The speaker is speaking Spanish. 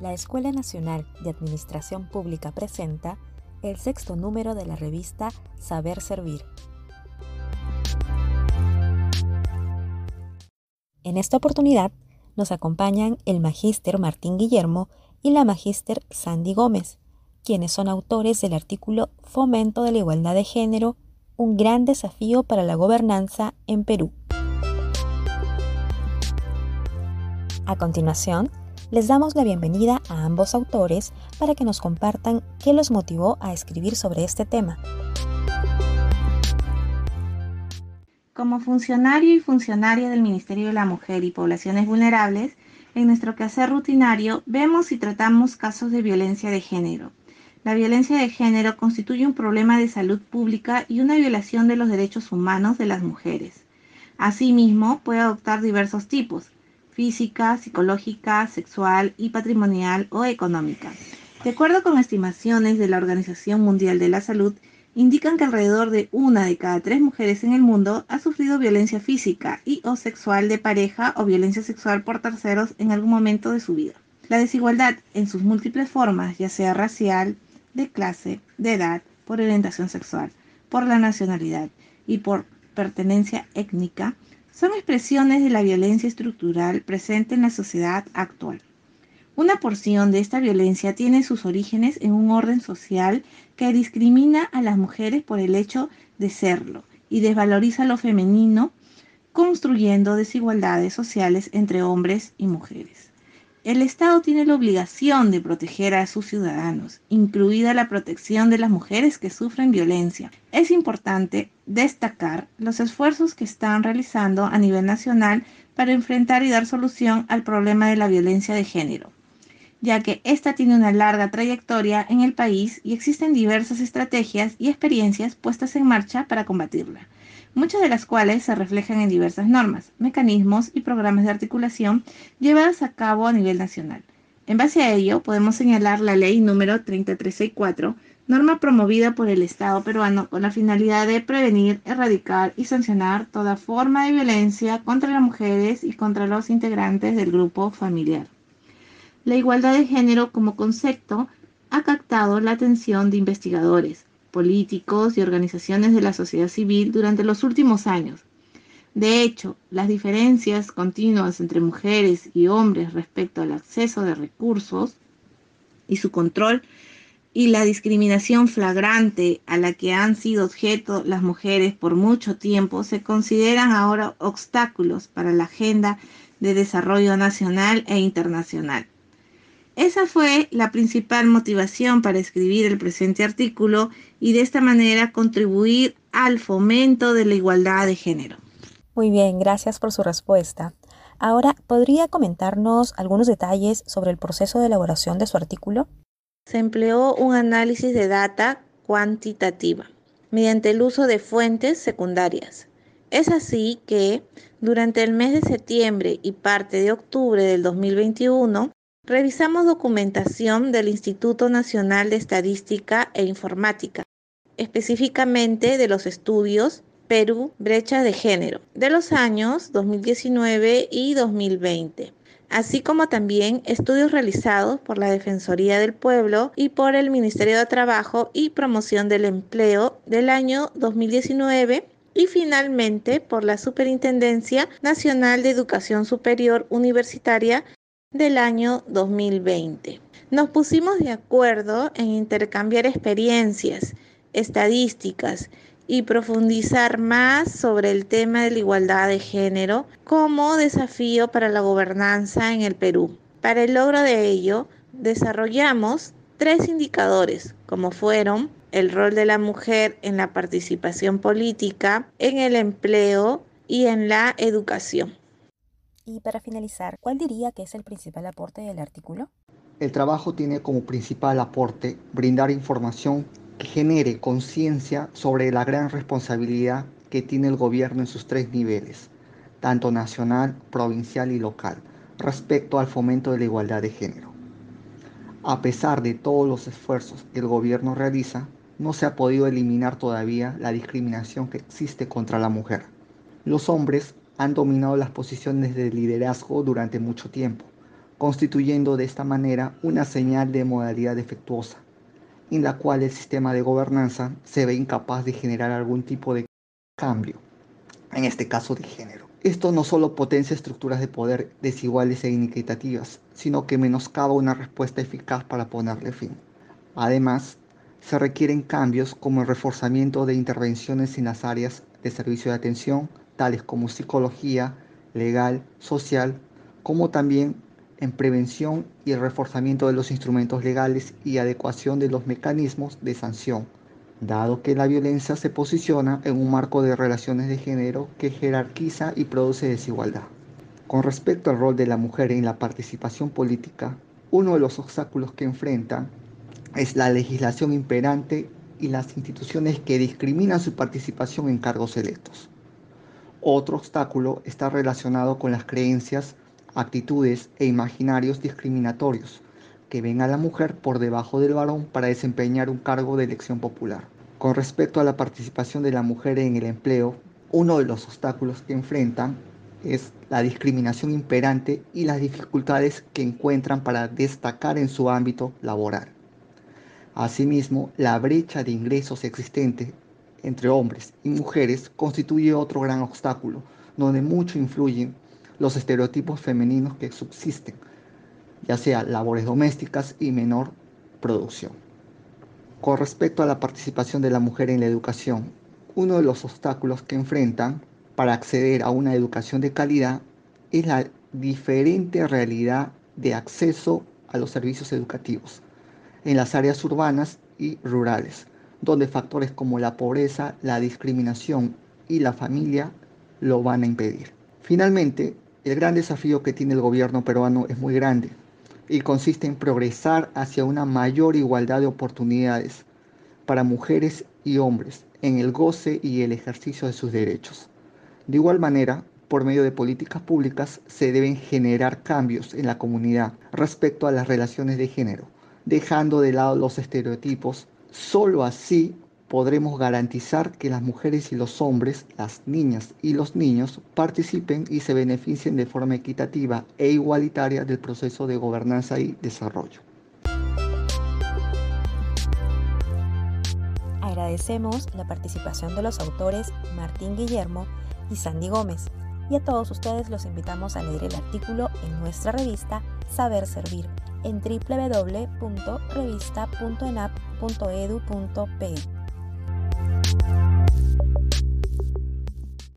La Escuela Nacional de Administración Pública presenta el 6º número de la revista Saber Servir. En esta oportunidad nos acompañan el magíster Martín Guillermo y la magíster Sandy Gómez, quienes son autores del artículo Fomento de la Igualdad de Género, un gran desafío para la gobernanza en Perú. A continuación, les damos la bienvenida a ambos autores para que nos compartan qué los motivó a escribir sobre este tema. Como funcionario y funcionaria del Ministerio de la Mujer y Poblaciones Vulnerables, en nuestro quehacer rutinario vemos y tratamos casos de violencia de género. La violencia de género constituye un problema de salud pública y una violación de los derechos humanos de las mujeres. Asimismo, puede adoptar diversos tipos: física, psicológica, sexual y patrimonial o económica. De acuerdo con estimaciones de la Organización Mundial de la Salud, indican que alrededor de 1 de cada 3 mujeres en el mundo ha sufrido violencia física y o sexual de pareja o violencia sexual por terceros en algún momento de su vida. La desigualdad en sus múltiples formas, ya sea racial, de clase, de edad, por orientación sexual, por la nacionalidad y por pertenencia étnica, son expresiones de la violencia estructural presente en la sociedad actual. Una porción de esta violencia tiene sus orígenes en un orden social que discrimina a las mujeres por el hecho de serlo y desvaloriza lo femenino, construyendo desigualdades sociales entre hombres y mujeres. El Estado tiene la obligación de proteger a sus ciudadanos, incluida la protección de las mujeres que sufren violencia. Es importante destacar los esfuerzos que están realizando a nivel nacional para enfrentar y dar solución al problema de la violencia de género, ya que esta tiene una larga trayectoria en el país y existen diversas estrategias y experiencias puestas en marcha para combatirla, muchas de las cuales se reflejan en diversas normas, mecanismos y programas de articulación llevadas a cabo a nivel nacional. En base a ello, podemos señalar la Ley número 3364, norma promovida por el Estado peruano con la finalidad de prevenir, erradicar y sancionar toda forma de violencia contra las mujeres y contra los integrantes del grupo familiar. La igualdad de género como concepto ha captado la atención de investigadores, políticos y organizaciones de la sociedad civil durante los últimos años. De hecho, las diferencias continuas entre mujeres y hombres respecto al acceso de recursos y su control y la discriminación flagrante a la que han sido objeto las mujeres por mucho tiempo se consideran ahora obstáculos para la agenda de desarrollo nacional e internacional. Esa fue la principal motivación para escribir el presente artículo y de esta manera contribuir al fomento de la igualdad de género. Muy bien, gracias por su respuesta. Ahora, ¿podría comentarnos algunos detalles sobre el proceso de elaboración de su artículo? Se empleó un análisis de data cuantitativa mediante el uso de fuentes secundarias. Es así que, durante el mes de septiembre y parte de octubre del 2021, revisamos documentación del Instituto Nacional de Estadística e Informática, específicamente de los estudios Perú, brecha de género, de los años 2019 y 2020, así como también estudios realizados por la Defensoría del Pueblo y por el Ministerio de Trabajo y Promoción del Empleo del año 2019 y finalmente por la Superintendencia Nacional de Educación Superior Universitaria del año 2020. Nos pusimos de acuerdo en intercambiar experiencias, estadísticas y profundizar más sobre el tema de la igualdad de género como desafío para la gobernanza en el Perú. Para el logro de ello, desarrollamos 3 indicadores, como fueron el rol de la mujer en la participación política, en el empleo y en la educación. Y para finalizar, ¿cuál diría que es el principal aporte del artículo? El trabajo tiene como principal aporte brindar información que genere conciencia sobre la gran responsabilidad que tiene el gobierno en sus 3 niveles, tanto nacional, provincial y local, respecto al fomento de la igualdad de género. A pesar de todos los esfuerzos que el gobierno realiza, no se ha podido eliminar todavía la discriminación que existe contra la mujer. Los hombres han dominado las posiciones de liderazgo durante mucho tiempo, constituyendo de esta manera una señal de modalidad defectuosa, en la cual el sistema de gobernanza se ve incapaz de generar algún tipo de cambio, en este caso de género. Esto no solo potencia estructuras de poder desiguales e inequitativas, sino que menoscaba una respuesta eficaz para ponerle fin. Además, se requieren cambios como el reforzamiento de intervenciones en las áreas de servicio de atención, tales como psicología, legal, social, como también en prevención y el reforzamiento de los instrumentos legales y adecuación de los mecanismos de sanción, dado que la violencia se posiciona en un marco de relaciones de género que jerarquiza y produce desigualdad. Con respecto al rol de la mujer en la participación política, uno de los obstáculos que enfrentan es la legislación imperante y las instituciones que discriminan su participación en cargos electos. Otro obstáculo está relacionado con las creencias, actitudes e imaginarios discriminatorios que ven a la mujer por debajo del varón para desempeñar un cargo de elección popular. Con respecto a la participación de la mujer en el empleo, uno de los obstáculos que enfrentan es la discriminación imperante y las dificultades que encuentran para destacar en su ámbito laboral. Asimismo, la brecha de ingresos existente entre hombres y mujeres constituye otro gran obstáculo, donde mucho influyen los estereotipos femeninos que subsisten, ya sea labores domésticas y menor producción. Con respecto a la participación de la mujer en la educación, uno de los obstáculos que enfrentan para acceder a una educación de calidad es la diferente realidad de acceso a los servicios educativos en las áreas urbanas y rurales, donde factores como la pobreza, la discriminación y la familia lo van a impedir. Finalmente, el gran desafío que tiene el gobierno peruano es muy grande y consiste en progresar hacia una mayor igualdad de oportunidades para mujeres y hombres en el goce y el ejercicio de sus derechos. De igual manera, por medio de políticas públicas se deben generar cambios en la comunidad respecto a las relaciones de género, dejando de lado los estereotipos. Solo así podremos garantizar que las mujeres y los hombres, las niñas y los niños participen y se beneficien de forma equitativa e igualitaria del proceso de gobernanza y desarrollo. Agradecemos la participación de los autores Martín Guillermo y Sandy Gómez, y a todos ustedes los invitamos a leer el artículo en nuestra revista Saber Servir en www.revista.enap.edu.pe.